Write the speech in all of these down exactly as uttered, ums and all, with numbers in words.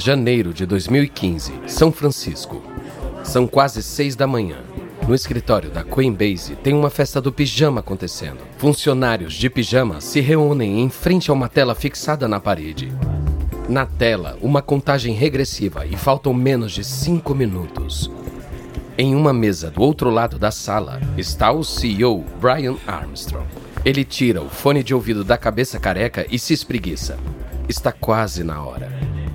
Janeiro de dois mil e quinze, São Francisco. São quase seis da manhã. No escritório da Coinbase tem uma festa do pijama acontecendo. Funcionários de pijama se reúnem em frente a uma tela fixada na parede. Na tela, uma contagem regressiva e faltam menos de cinco minutos. Em uma mesa do outro lado da sala está o C E O Brian Armstrong. Ele tira o fone de ouvido da cabeça careca e se espreguiça. Está quase na hora.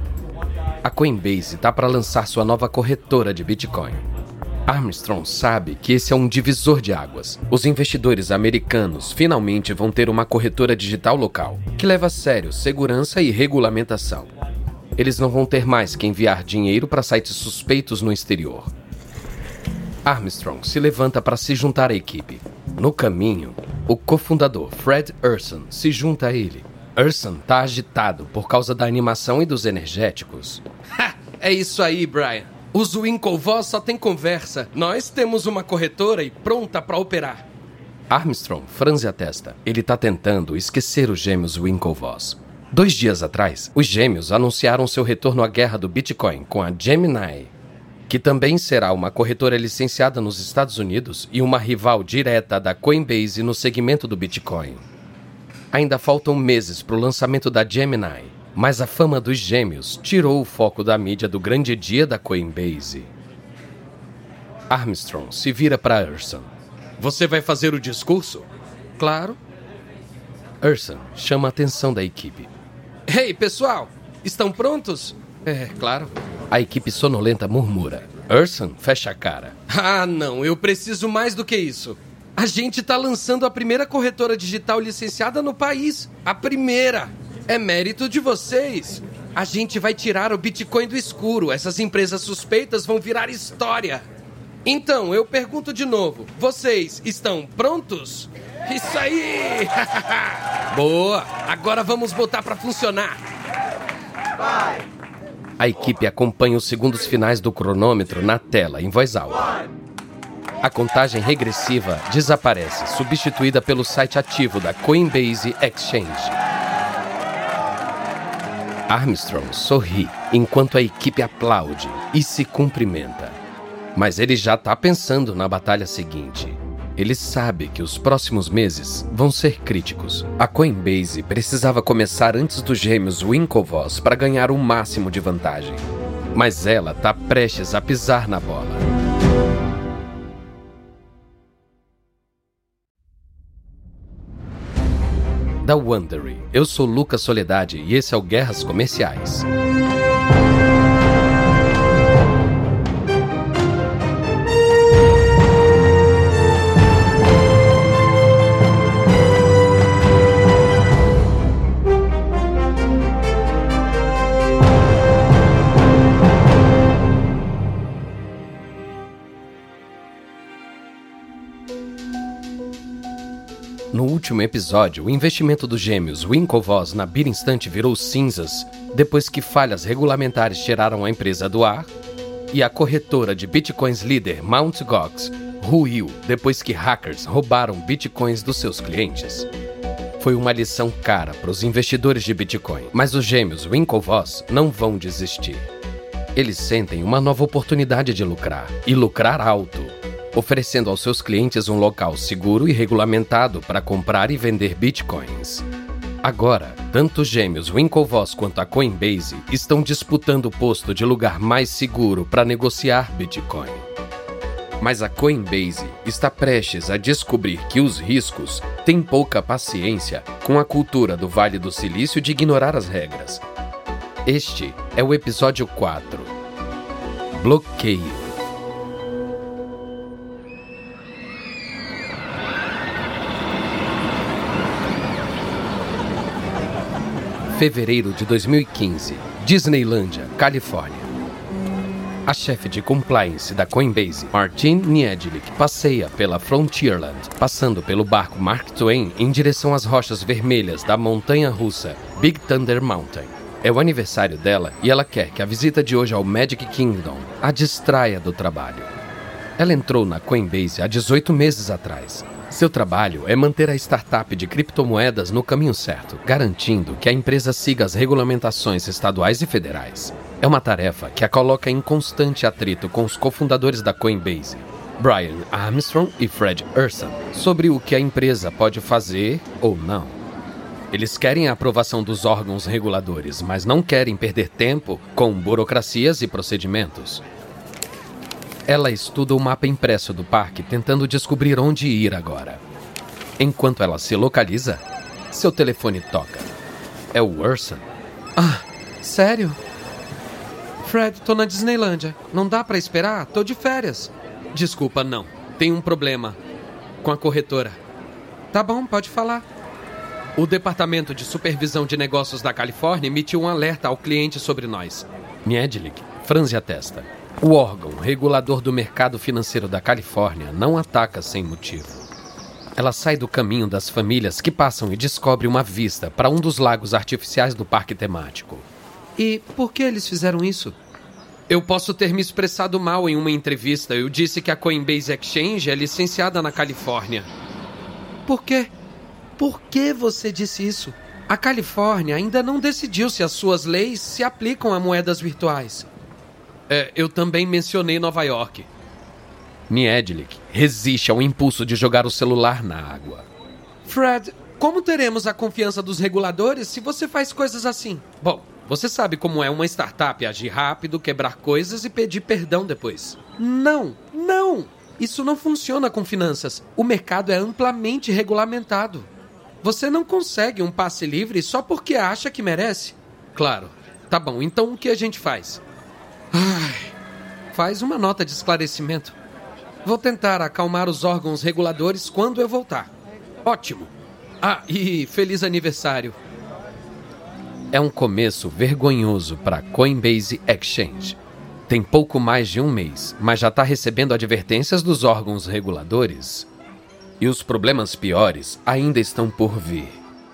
A Coinbase está para lançar sua nova corretora de Bitcoin. Armstrong sabe que esse é um divisor de águas. Os investidores americanos finalmente vão ter uma corretora digital local, que leva a sério segurança e regulamentação. Eles não vão ter mais que enviar dinheiro para sites suspeitos no exterior. Armstrong se levanta para se juntar à equipe. No caminho, o cofundador Fred Urson se junta a ele. Urson tá agitado por causa da animação e dos energéticos. Ha! É isso aí, Brian. Os Winklevoss só tem conversa. Nós temos uma corretora e pronta para operar. Armstrong franze a testa. Ele tá tentando esquecer os gêmeos Winklevoss. Dois dias atrás, os gêmeos anunciaram seu retorno à guerra do Bitcoin com a Gemini, que também será uma corretora licenciada nos Estados Unidos e uma rival direta da Coinbase no segmento do Bitcoin. Ainda faltam meses para o lançamento da Gemini, mas a fama dos gêmeos tirou o foco da mídia do grande dia da Coinbase. Armstrong se vira para Urson. Você vai fazer o discurso? Claro. Urson chama a atenção da equipe. Ei, pessoal, estão prontos? É, claro. A equipe sonolenta murmura. Urson fecha a cara. Ah, não, eu preciso mais do que isso. A gente tá lançando a primeira corretora digital licenciada no país. A primeira. É mérito de vocês. A gente vai tirar o Bitcoin do escuro. Essas empresas suspeitas vão virar história. Então, eu pergunto de novo. Vocês estão prontos? Isso aí! Boa! Agora vamos botar pra funcionar. Vai! A equipe acompanha os segundos finais do cronômetro na tela, em voz alta. A contagem regressiva desaparece, substituída pelo site ativo da Coinbase Exchange. Armstrong sorri, enquanto a equipe aplaude e se cumprimenta. Mas ele já está pensando na batalha seguinte. Ele sabe que os próximos meses vão ser críticos. A Coinbase precisava começar antes dos gêmeos Winklevoss para ganhar o máximo de vantagem. Mas ela está prestes a pisar na bola. Da Wondery, eu sou Lucas Soledade e esse é o Guerras Comerciais. No último episódio, o investimento dos gêmeos Winklevoss na Bit.Instant virou cinzas depois que falhas regulamentares tiraram a empresa do ar e a corretora de bitcoins líder Mt. Gox ruiu depois que hackers roubaram bitcoins dos seus clientes. Foi uma lição cara para os investidores de Bitcoin, mas os gêmeos Winklevoss não vão desistir. Eles sentem uma nova oportunidade de lucrar, e lucrar alto, oferecendo aos seus clientes um local seguro e regulamentado para comprar e vender bitcoins. Agora, tanto os gêmeos Winklevoss quanto a Coinbase estão disputando o posto de lugar mais seguro para negociar Bitcoin. Mas a Coinbase está prestes a descobrir que os riscos têm pouca paciência com a cultura do Vale do Silício de ignorar as regras. Este é o episódio quatro. Bloqueio. Fevereiro de dois mil e quinze, Disneylândia, Califórnia. A chefe de compliance da Coinbase, Martine Niedlich, passeia pela Frontierland, passando pelo barco Mark Twain em direção às rochas vermelhas da montanha-russa Big Thunder Mountain. É o aniversário dela e ela quer que a visita de hoje ao Magic Kingdom a distraia do trabalho. Ela entrou na Coinbase há dezoito meses atrás Seu trabalho é manter a startup de criptomoedas no caminho certo, garantindo que a empresa siga as regulamentações estaduais e federais. É uma tarefa que a coloca em constante atrito com os cofundadores da Coinbase, Brian Armstrong e Fred Urson, sobre o que a empresa pode fazer ou não. Eles querem a aprovação dos órgãos reguladores, mas não querem perder tempo com burocracias e procedimentos. Ela estuda o mapa impresso do parque, tentando descobrir onde ir agora. Enquanto ela se localiza, seu telefone toca. É o Urson. Ah, sério? Fred, tô na Disneylândia. Não dá pra esperar? Tô de férias. Desculpa, não. Tem um problema com a corretora. Tá bom, pode falar. O Departamento de Supervisão de Negócios da Califórnia emitiu um alerta ao cliente sobre nós. Niedlik franze a testa. O órgão regulador do mercado financeiro da Califórnia não ataca sem motivo. Ela sai do caminho das famílias que passam e descobre uma vista para um dos lagos artificiais do parque temático. E por que eles fizeram isso? Eu posso ter me expressado mal em uma entrevista. Eu disse que a Coinbase Exchange é licenciada na Califórnia. Por quê? Por que você disse isso? A Califórnia ainda não decidiu se as suas leis se aplicam a moedas virtuais. É, eu também mencionei Nova York. Niedlik resiste ao impulso de jogar o celular na água. Fred, como teremos a confiança dos reguladores se você faz coisas assim? Bom, você sabe como é uma startup agir rápido, quebrar coisas e pedir perdão depois. Não, não! Isso não funciona com finanças. O mercado é amplamente regulamentado. Você não consegue um passe livre só porque acha que merece. Claro. Tá bom, então o que a gente faz? Ai, faz uma nota de esclarecimento. Vou tentar acalmar os órgãos reguladores quando eu voltar. Ótimo. Ah, e feliz aniversário. É um começo vergonhoso para a Coinbase Exchange. Tem pouco mais de um mês, mas já está recebendo advertências dos órgãos reguladores. E os problemas piores ainda estão por vir.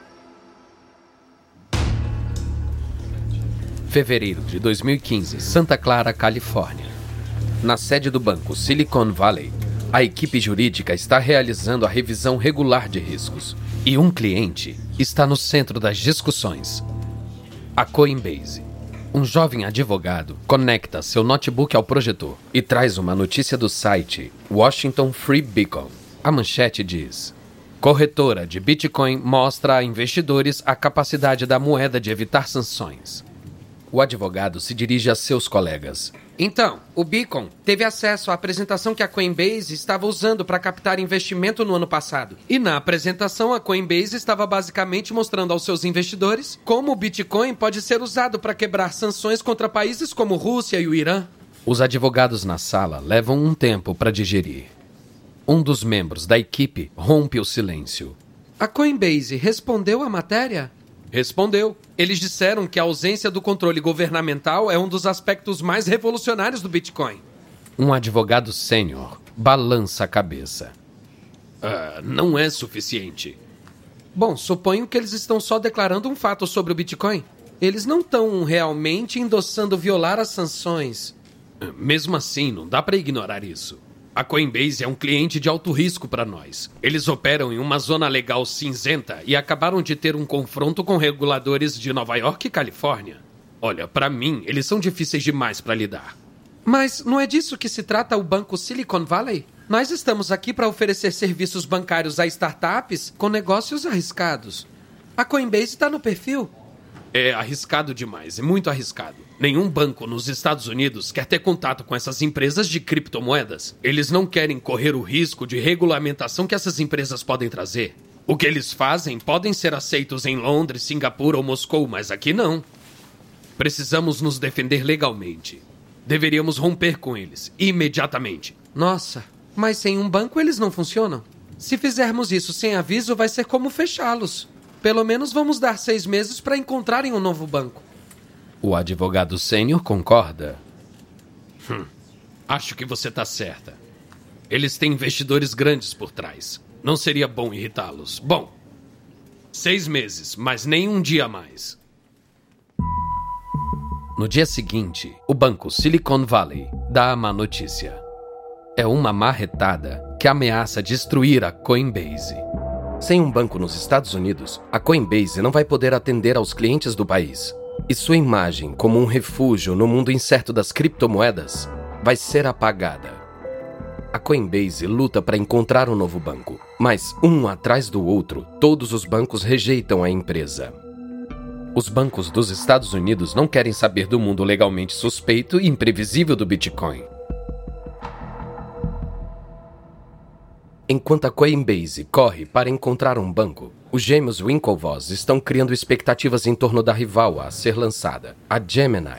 Fevereiro de dois mil e quinze, Santa Clara, Califórnia. Na sede do banco Silicon Valley, a equipe jurídica está realizando a revisão regular de riscos. E um cliente está no centro das discussões. A Coinbase. Um jovem advogado conecta seu notebook ao projetor e traz uma notícia do site Washington Free Beacon. A manchete diz: corretora de Bitcoin mostra a investidores a capacidade da moeda de evitar sanções. O advogado se dirige a seus colegas. Então, o Beacon teve acesso à apresentação que a Coinbase estava usando para captar investimento no ano passado. E na apresentação, a Coinbase estava basicamente mostrando aos seus investidores como o Bitcoin pode ser usado para quebrar sanções contra países como Rússia e o Irã. Os advogados na sala levam um tempo para digerir. Um dos membros da equipe rompe o silêncio. A Coinbase respondeu à matéria? Respondeu. Eles disseram que a ausência do controle governamental é um dos aspectos mais revolucionários do Bitcoin. Um advogado sênior balança a cabeça. Ah, não é suficiente. Bom, suponho que eles estão só declarando um fato sobre o Bitcoin. Eles não estão realmente endossando violar as sanções. Mesmo assim, não dá para ignorar isso. A Coinbase é um cliente de alto risco para nós. Eles operam em uma zona legal cinzenta e acabaram de ter um confronto com reguladores de Nova York e Califórnia. Olha, para mim, eles são difíceis demais para lidar. Mas não é disso que se trata o banco Silicon Valley? Nós estamos aqui para oferecer serviços bancários a startups com negócios arriscados. A Coinbase está no perfil. É arriscado demais, é muito arriscado. Nenhum banco nos Estados Unidos quer ter contato com essas empresas de criptomoedas. Eles não querem correr o risco de regulamentação que essas empresas podem trazer. O que eles fazem podem ser aceitos em Londres, Singapura ou Moscou, mas aqui não. Precisamos nos defender legalmente. Deveríamos romper com eles, imediatamente. Nossa, mas sem um banco eles não funcionam. Se fizermos isso sem aviso, vai ser como fechá-los. Pelo menos vamos dar seis meses para encontrarem um novo banco. O advogado sênior concorda. Hum, acho que você está certa. Eles têm investidores grandes por trás. Não seria bom irritá-los. Bom, seis meses, mas nem um dia a mais. No dia seguinte, o banco Silicon Valley dá a má notícia. É uma marretada que ameaça destruir a Coinbase. Sem um banco nos Estados Unidos, a Coinbase não vai poder atender aos clientes do país. E sua imagem como um refúgio no mundo incerto das criptomoedas vai ser apagada. A Coinbase luta para encontrar um novo banco, mas um atrás do outro, todos os bancos rejeitam a empresa. Os bancos dos Estados Unidos não querem saber do mundo legalmente suspeito e imprevisível do Bitcoin. Enquanto a Coinbase corre para encontrar um banco, os gêmeos Winklevoss estão criando expectativas em torno da rival a ser lançada, a Gemini.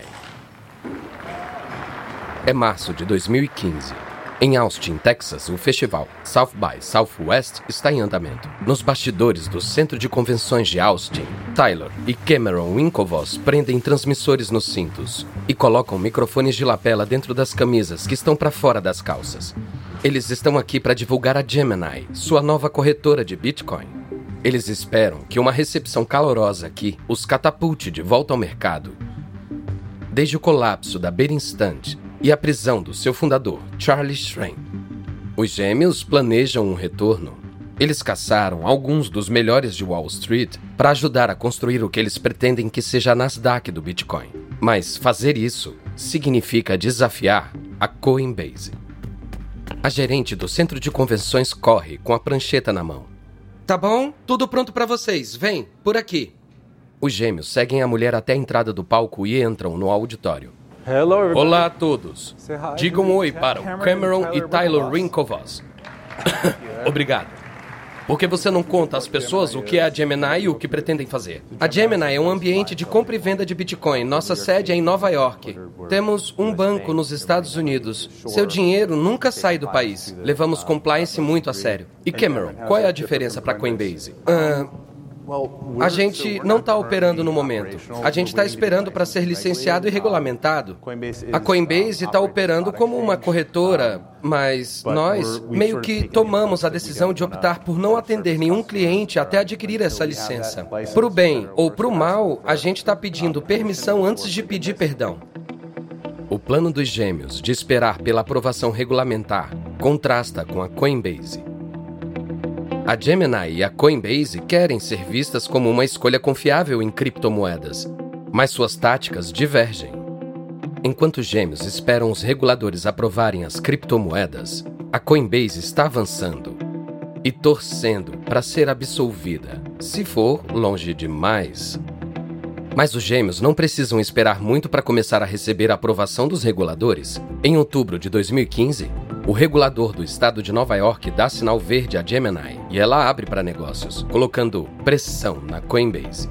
É março de dois mil e quinze. Em Austin, Texas, o festival South by Southwest está em andamento. Nos bastidores do Centro de Convenções de Austin, Tyler e Cameron Winklevoss prendem transmissores nos cintos e colocam microfones de lapela dentro das camisas que estão para fora das calças. Eles estão aqui para divulgar a Gemini, sua nova corretora de Bitcoin. Eles esperam que uma recepção calorosa aqui os catapulte de volta ao mercado. Desde o colapso da Bear Instant e a prisão do seu fundador, Charlie Schrein, os gêmeos planejam um retorno. Eles caçaram alguns dos melhores de Wall Street para ajudar a construir o que eles pretendem que seja a Nasdaq do Bitcoin. Mas fazer isso significa desafiar a Coinbase. A gerente do centro de convenções corre com a prancheta na mão. Tá bom, tudo pronto para vocês. Vem, por aqui. Os gêmeos seguem a mulher até a entrada do palco e entram no auditório. Hello, Olá a todos. Digam oi para o Cameron e Tyler Winklevoss. Obrigado. Por que você não conta às pessoas o que é a Gemini e o que pretendem fazer? A Gemini é um ambiente de compra e venda de Bitcoin. Nossa sede é em Nova York. Temos um banco nos Estados Unidos. Seu dinheiro nunca sai do país. Levamos compliance muito a sério. E Cameron, qual é a diferença para a Coinbase? Ah... A gente não está operando no momento. A gente está esperando para ser licenciado e regulamentado. A Coinbase está operando como uma corretora, mas nós meio que tomamos a decisão de optar por não atender nenhum cliente até adquirir essa licença. Para o bem ou para o mal, a gente está pedindo permissão antes de pedir perdão. O plano dos gêmeos de esperar pela aprovação regulamentar contrasta com a Coinbase. A Gemini e a Coinbase querem ser vistas como uma escolha confiável em criptomoedas, mas suas táticas divergem. Enquanto os gêmeos esperam os reguladores aprovarem as criptomoedas, a Coinbase está avançando e torcendo para ser absolvida, se for longe demais. Mas os gêmeos não precisam esperar muito para começar a receber a aprovação dos reguladores. Em outubro de dois mil e quinze, o regulador do estado de Nova York dá sinal verde à Gemini e ela abre para negócios, colocando pressão na Coinbase.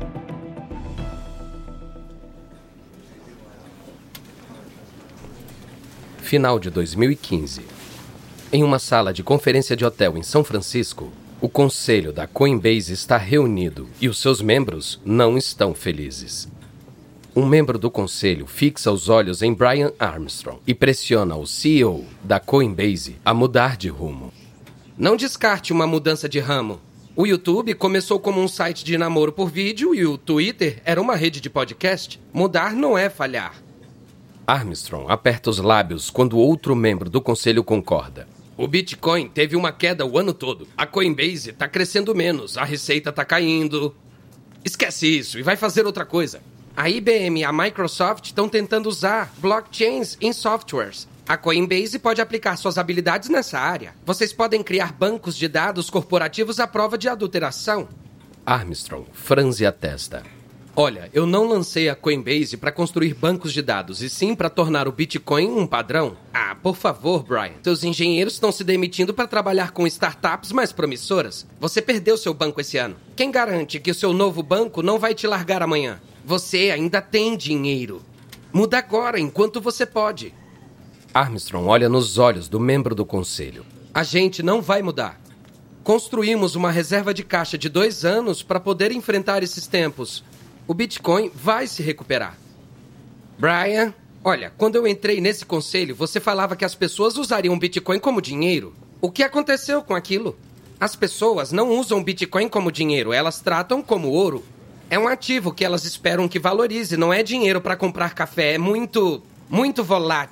Final de dois mil e quinze. Em uma sala de conferência de hotel em São Francisco, o conselho da Coinbase está reunido e os seus membros não estão felizes. Um membro do conselho fixa os olhos em Brian Armstrong e pressiona o C E O da Coinbase a mudar de rumo. Não descarte uma mudança de ramo. O YouTube começou como um site de namoro por vídeo e o Twitter era uma rede de podcast. Mudar não é falhar. Armstrong aperta os lábios quando outro membro do conselho concorda. O Bitcoin teve uma queda o ano todo. A Coinbase está crescendo menos, a receita está caindo. Esquece isso e vai fazer outra coisa. A I B M e a Microsoft estão tentando usar blockchains em softwares. A Coinbase pode aplicar suas habilidades nessa área. Vocês podem criar bancos de dados corporativos à prova de adulteração. Armstrong franze a testa. Olha, eu não lancei a Coinbase para construir bancos de dados, e sim para tornar o Bitcoin um padrão. Ah, por favor, Brian. Seus engenheiros estão se demitindo para trabalhar com startups mais promissoras. Você perdeu seu banco esse ano. Quem garante que o seu novo banco não vai te largar amanhã? Você ainda tem dinheiro. Muda agora, enquanto você pode. Armstrong olha nos olhos do membro do conselho. A gente não vai mudar. Construímos uma reserva de caixa de dois anos para poder enfrentar esses tempos. O Bitcoin vai se recuperar. Brian, olha, quando eu entrei nesse conselho, você falava que as pessoas usariam Bitcoin como dinheiro. O que aconteceu com aquilo? As pessoas não usam Bitcoin como dinheiro, elas tratam como ouro. É um ativo que elas esperam que valorize, não é dinheiro para comprar café, é muito, muito volátil.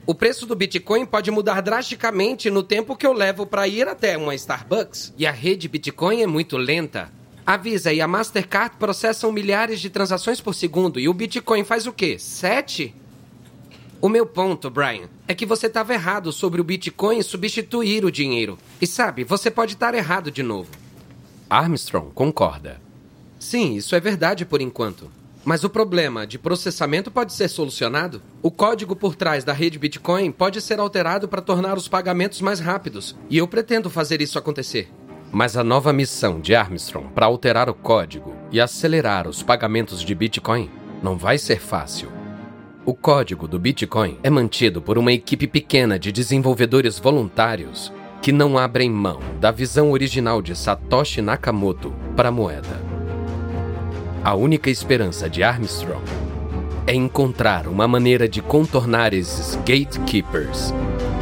O preço do Bitcoin pode mudar drasticamente no tempo que eu levo para ir até uma Starbucks. E a rede Bitcoin é muito lenta. A Visa e a Mastercard processam milhares de transações por segundo e o Bitcoin faz o quê? Sete? O meu ponto, Brian, é que você estava errado sobre o Bitcoin substituir o dinheiro. E sabe, você pode estar errado de novo. Armstrong concorda. Sim, isso é verdade por enquanto. Mas o problema de processamento pode ser solucionado. O código por trás da rede Bitcoin pode ser alterado para tornar os pagamentos mais rápidos. E eu pretendo fazer isso acontecer. Mas a nova missão de Armstrong para alterar o código e acelerar os pagamentos de Bitcoin não vai ser fácil. O código do Bitcoin é mantido por uma equipe pequena de desenvolvedores voluntários que não abrem mão da visão original de Satoshi Nakamoto para a moeda. A única esperança de Armstrong é encontrar uma maneira de contornar esses gatekeepers.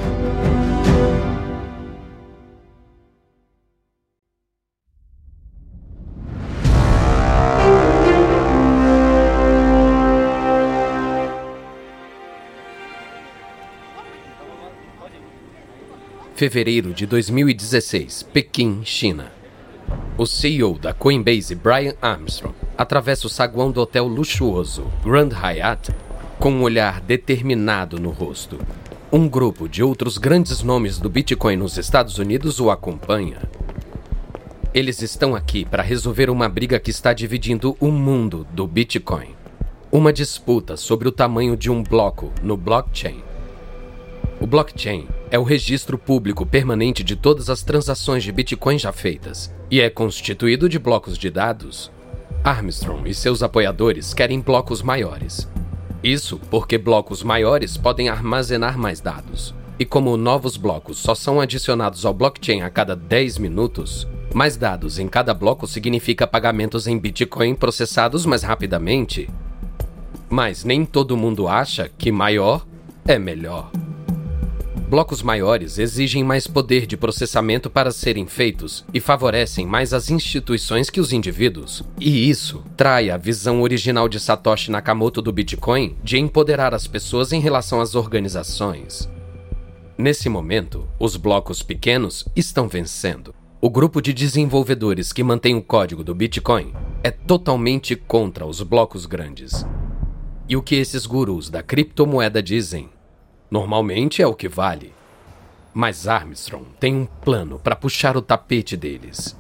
Fevereiro de dois mil e dezesseis, Pequim, China. O C E O da Coinbase, Brian Armstrong, atravessa o saguão do hotel luxuoso Grand Hyatt com um olhar determinado no rosto. Um grupo de outros grandes nomes do Bitcoin nos Estados Unidos o acompanha. Eles estão aqui para resolver uma briga que está dividindo o mundo do Bitcoin. Uma disputa sobre o tamanho de um bloco no blockchain. O blockchain é o registro público permanente de todas as transações de Bitcoin já feitas e é constituído de blocos de dados. Armstrong e seus apoiadores querem blocos maiores. Isso porque blocos maiores podem armazenar mais dados. E como novos blocos só são adicionados ao blockchain a cada dez minutos, mais dados em cada bloco significa pagamentos em Bitcoin processados mais rapidamente. Mas nem todo mundo acha que maior é melhor. Blocos maiores exigem mais poder de processamento para serem feitos e favorecem mais as instituições que os indivíduos. E isso trai a visão original de Satoshi Nakamoto do Bitcoin de empoderar as pessoas em relação às organizações. Nesse momento, os blocos pequenos estão vencendo. O grupo de desenvolvedores que mantém o código do Bitcoin é totalmente contra os blocos grandes. E o que esses gurus da criptomoeda dizem normalmente é o que vale. Mas Armstrong tem um plano para puxar o tapete deles.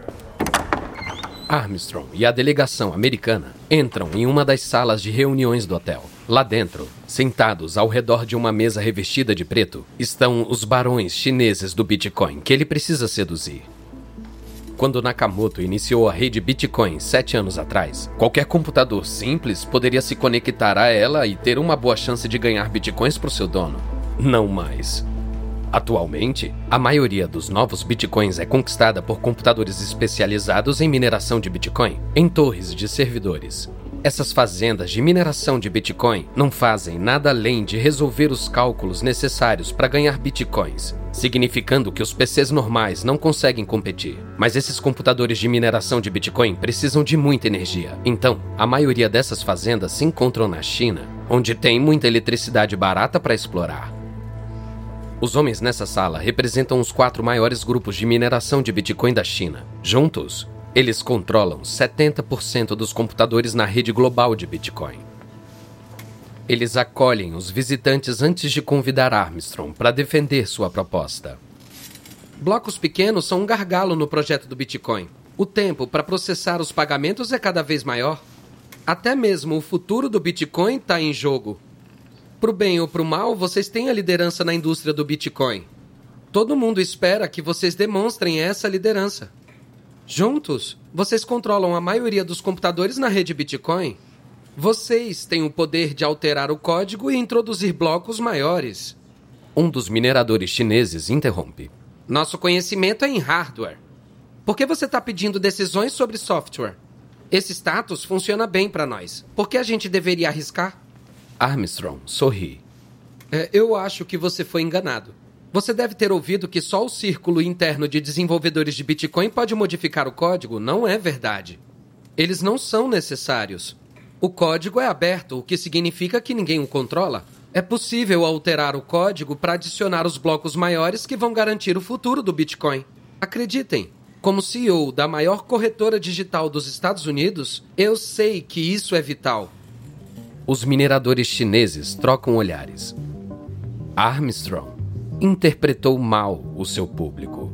Armstrong e a delegação americana entram em uma das salas de reuniões do hotel. Lá dentro, sentados ao redor de uma mesa revestida de preto, estão os barões chineses do Bitcoin que ele precisa seduzir. Quando Nakamoto iniciou a rede Bitcoin sete anos atrás, qualquer computador simples poderia se conectar a ela e ter uma boa chance de ganhar Bitcoins para o seu dono. Não mais. Atualmente, a maioria dos novos Bitcoins é conquistada por computadores especializados em mineração de Bitcoin, em torres de servidores. Essas fazendas de mineração de Bitcoin não fazem nada além de resolver os cálculos necessários para ganhar Bitcoins, significando que os P Cs normais não conseguem competir. Mas esses computadores de mineração de Bitcoin precisam de muita energia. Então, a maioria dessas fazendas se encontram na China, onde tem muita eletricidade barata para explorar. Os homens nessa sala representam os quatro maiores grupos de mineração de Bitcoin da China. Juntos, eles controlam setenta por cento dos computadores na rede global de Bitcoin. Eles acolhem os visitantes antes de convidar Armstrong para defender sua proposta. Blocos pequenos são um gargalo no projeto do Bitcoin. O tempo para processar os pagamentos é cada vez maior. Até mesmo o futuro do Bitcoin está em jogo. Pro bem ou pro mal, vocês têm a liderança na indústria do Bitcoin. Todo mundo espera que vocês demonstrem essa liderança. Juntos, vocês controlam a maioria dos computadores na rede Bitcoin. Vocês têm o poder de alterar o código e introduzir blocos maiores. Um dos mineradores chineses interrompe. Nosso conhecimento é em hardware. Por que você está pedindo decisões sobre software? Esse status funciona bem para nós. Por que a gente deveria arriscar? Armstrong sorri. É, eu acho que você foi enganado. Você deve ter ouvido que só o círculo interno de desenvolvedores de Bitcoin pode modificar o código. Não é verdade. Eles não são necessários. O código é aberto, o que significa que ninguém o controla. É possível alterar o código para adicionar os blocos maiores que vão garantir o futuro do Bitcoin. Acreditem, como C E O da maior corretora digital dos Estados Unidos, eu sei que isso é vital. Os mineradores chineses trocam olhares. Armstrong interpretou mal o seu público.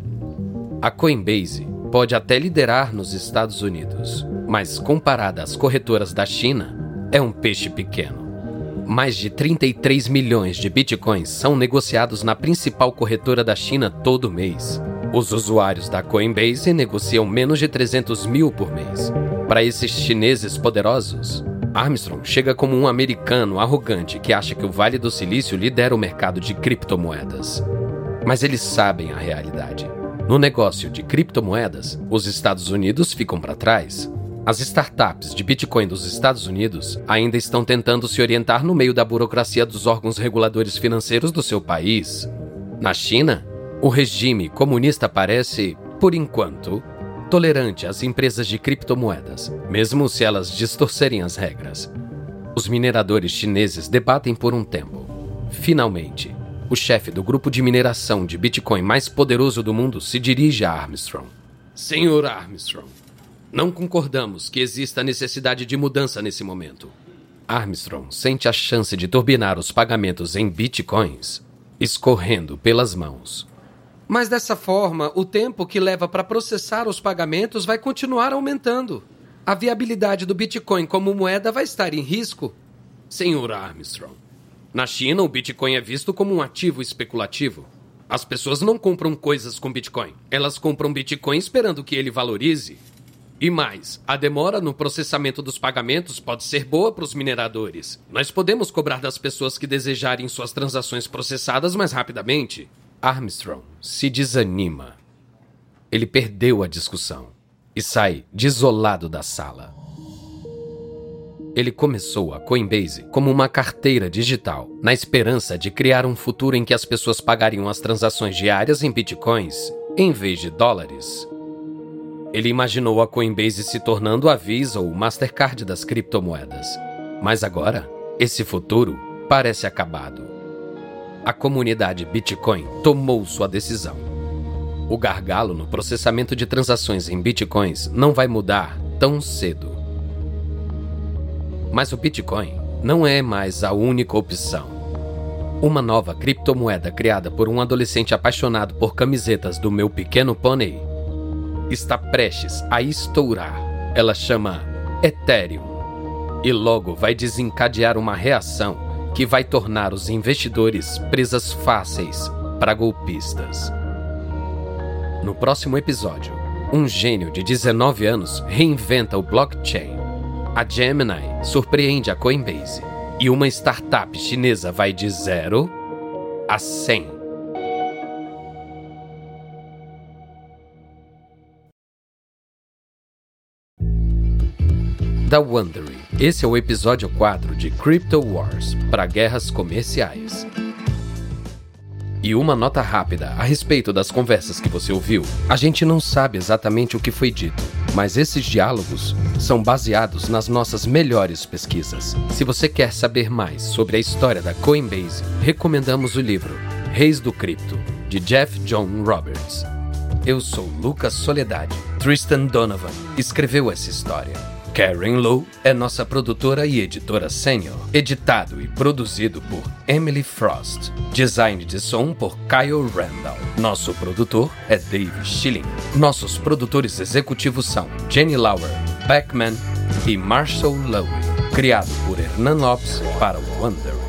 A Coinbase pode até liderar nos Estados Unidos, mas comparada às corretoras da China, é um peixe pequeno. Mais de trinta e três milhões de bitcoins são negociados na principal corretora da China todo mês. Os usuários da Coinbase negociam menos de trezentos mil por mês. Para esses chineses poderosos, Armstrong chega como um americano arrogante que acha que o Vale do Silício lidera o mercado de criptomoedas. Mas eles sabem a realidade. No negócio de criptomoedas, os Estados Unidos ficam para trás. As startups de Bitcoin dos Estados Unidos ainda estão tentando se orientar no meio da burocracia dos órgãos reguladores financeiros do seu país. Na China, o regime comunista parece, por enquanto, tolerante às empresas de criptomoedas, mesmo se elas distorcerem as regras. Os mineradores chineses debatem por um tempo. Finalmente, o chefe do grupo de mineração de Bitcoin mais poderoso do mundo se dirige a Armstrong. Senhor Armstrong, não concordamos que exista necessidade de mudança nesse momento. Armstrong sente a chance de turbinar os pagamentos em bitcoins escorrendo pelas mãos. Mas dessa forma, o tempo que leva para processar os pagamentos vai continuar aumentando. A viabilidade do Bitcoin como moeda vai estar em risco. Senhor Armstrong, na China o Bitcoin é visto como um ativo especulativo. As pessoas não compram coisas com Bitcoin. Elas compram Bitcoin esperando que ele valorize. E mais, a demora no processamento dos pagamentos pode ser boa para os mineradores. Nós podemos cobrar das pessoas que desejarem suas transações processadas mais rapidamente. Armstrong se desanima. Ele perdeu a discussão e sai desolado da sala. Ele começou a Coinbase como uma carteira digital, na esperança de criar um futuro em que as pessoas pagariam as transações diárias em bitcoins, em vez de dólares. Ele imaginou a Coinbase se tornando a Visa ou Mastercard das criptomoedas. Mas agora, esse futuro parece acabado. A comunidade Bitcoin tomou sua decisão. O gargalo no processamento de transações em bitcoins não vai mudar tão cedo. Mas o Bitcoin não é mais a única opção. Uma nova criptomoeda criada por um adolescente apaixonado por camisetas do Meu Pequeno Pônei está prestes a estourar. Ela chama Ethereum e logo vai desencadear uma reação que vai tornar os investidores presas fáceis para golpistas. No próximo episódio, um gênio de dezenove anos reinventa o blockchain. A Gemini surpreende a Coinbase e uma startup chinesa vai de zero a cem. Da Wondery. Esse é o episódio quatro de Crypto Wars para guerras comerciais. E uma nota rápida a respeito das conversas que você ouviu. A gente não sabe exatamente o que foi dito, mas esses diálogos são baseados nas nossas melhores pesquisas. Se você quer saber mais sobre a história da Coinbase, recomendamos o livro Reis do Cripto, de Jeff John Roberts. Eu sou Lucas Soledade. Tristan Donovan escreveu essa história. Karen Lowe é nossa produtora e editora sênior. Editado e produzido por Emily Frost. Design de som por Kyle Randall. Nosso produtor é Dave Schilling. Nossos produtores executivos são Jenny Lauer, Beckman e Marshall Lowe. Criado por Hernan Lopes para o Wondery.